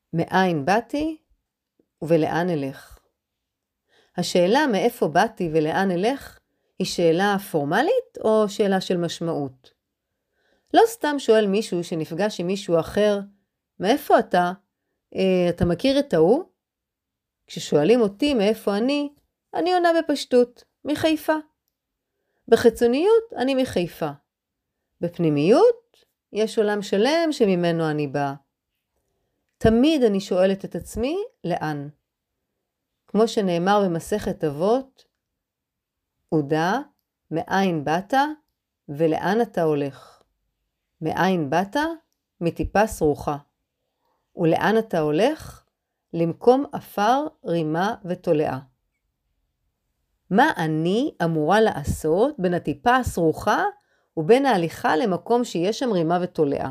מאין באתי ולאן אלך? השאלה מאיפה באתי ולאן אלך היא שאלה פורמלית או שאלה של משמעות? לא סתם שואל מישהו שנפגש עם מישהו אחר, מאיפה אתה? אתה מכיר את ההוא? כששואלים אותי מאיפה אני עונה בפשטות, מחיפה. בחיצוניות אני מחיפה. בפנימיות יש עולם שלם שממנו אני באה. תמיד אני שואלת את עצמי לאן. כמו שנאמר במסכת אבות, עודה, מאין באת ולאן אתה הולך. מאין באת? מטיפה סרוחה. ולאן אתה הולך? למקום אפר, רימה ותולעה. מה אני אמורה לעשות בין הטיפה הסרוחה ובין ההליכה למקום שיש שם רימה ותולעה?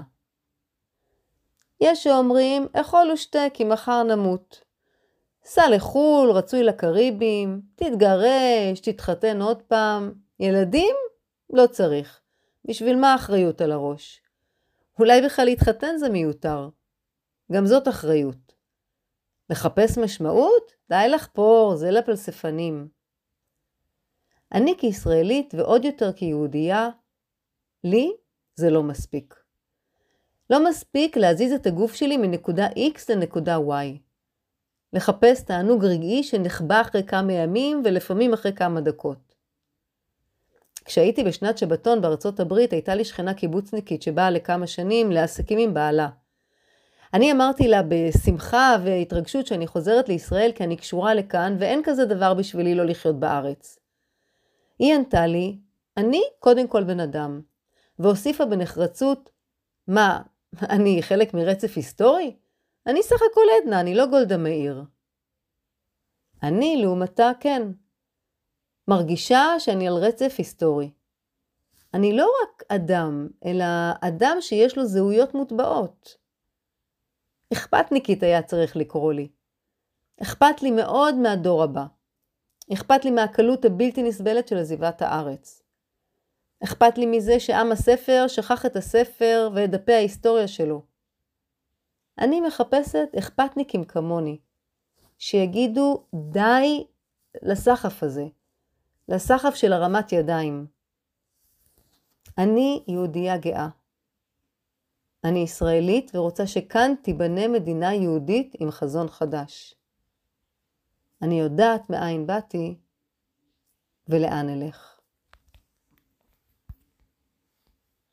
יש שאומרים, אכול ושתה כי מחר נמות. סע לחול, רצוי לקריבים, תתגרש, תתחתן עוד פעם. ילדים? לא צריך. בשביל מה האחריות על הראש? אולי בכלל להתחתן זה מיותר. גם זאת אחריות. לחפש משמעות? די לחפור, זה לפלספנים. אני כישראלית ועוד יותר כיהודייה, לי זה לא מספיק. לא מספיק להזיז את הגוף שלי מנקודה X לנקודה Y. לחפש תענוג רגעי שנחבא אחרי כמה ימים ולפעמים אחרי כמה דקות. כשהייתי בשנת שבתון בארצות הברית, הייתה לי שכנה קיבוצניקית שבאה לכמה שנים לעסקים עם בעלה. אני אמרתי לה בשמחה והתרגשות שאני חוזרת לישראל כי אני קשורה לכאן ואין כזה דבר בשבילי לא לחיות בארץ. היא ענתה לי, אני קודם כל בן אדם, והוסיפה בנחרצות, מה, אני חלק מרצף היסטורי? אני סך הכל עדנה, אני לא גולדה מאיר. אני לעומתה כן. מרגישה שאני על רצף היסטורי. אני לא רק אדם, אלא אדם שיש לו זהויות מוטבעות. אכפתניקית היה צריך לקרוא לי. אכפת לי מאוד מהדור הבא. אכפת לי מהקלות הבלתי נסבלת של עזיבת הארץ. אכפת לי מזה שעם הספר שכח את הספר ואת דפי ההיסטוריה שלו. אני מחפשת אכפתניקים כמוני, שיגידו די לסחף הזה, לסחף של הרמת ידיים. אני יהודייה גאה. אני ישראלית ורוצה שכאן תיבנה מדינה יהודית עם חזון חדש. אני יודעת מאין באתי ולאן אלך.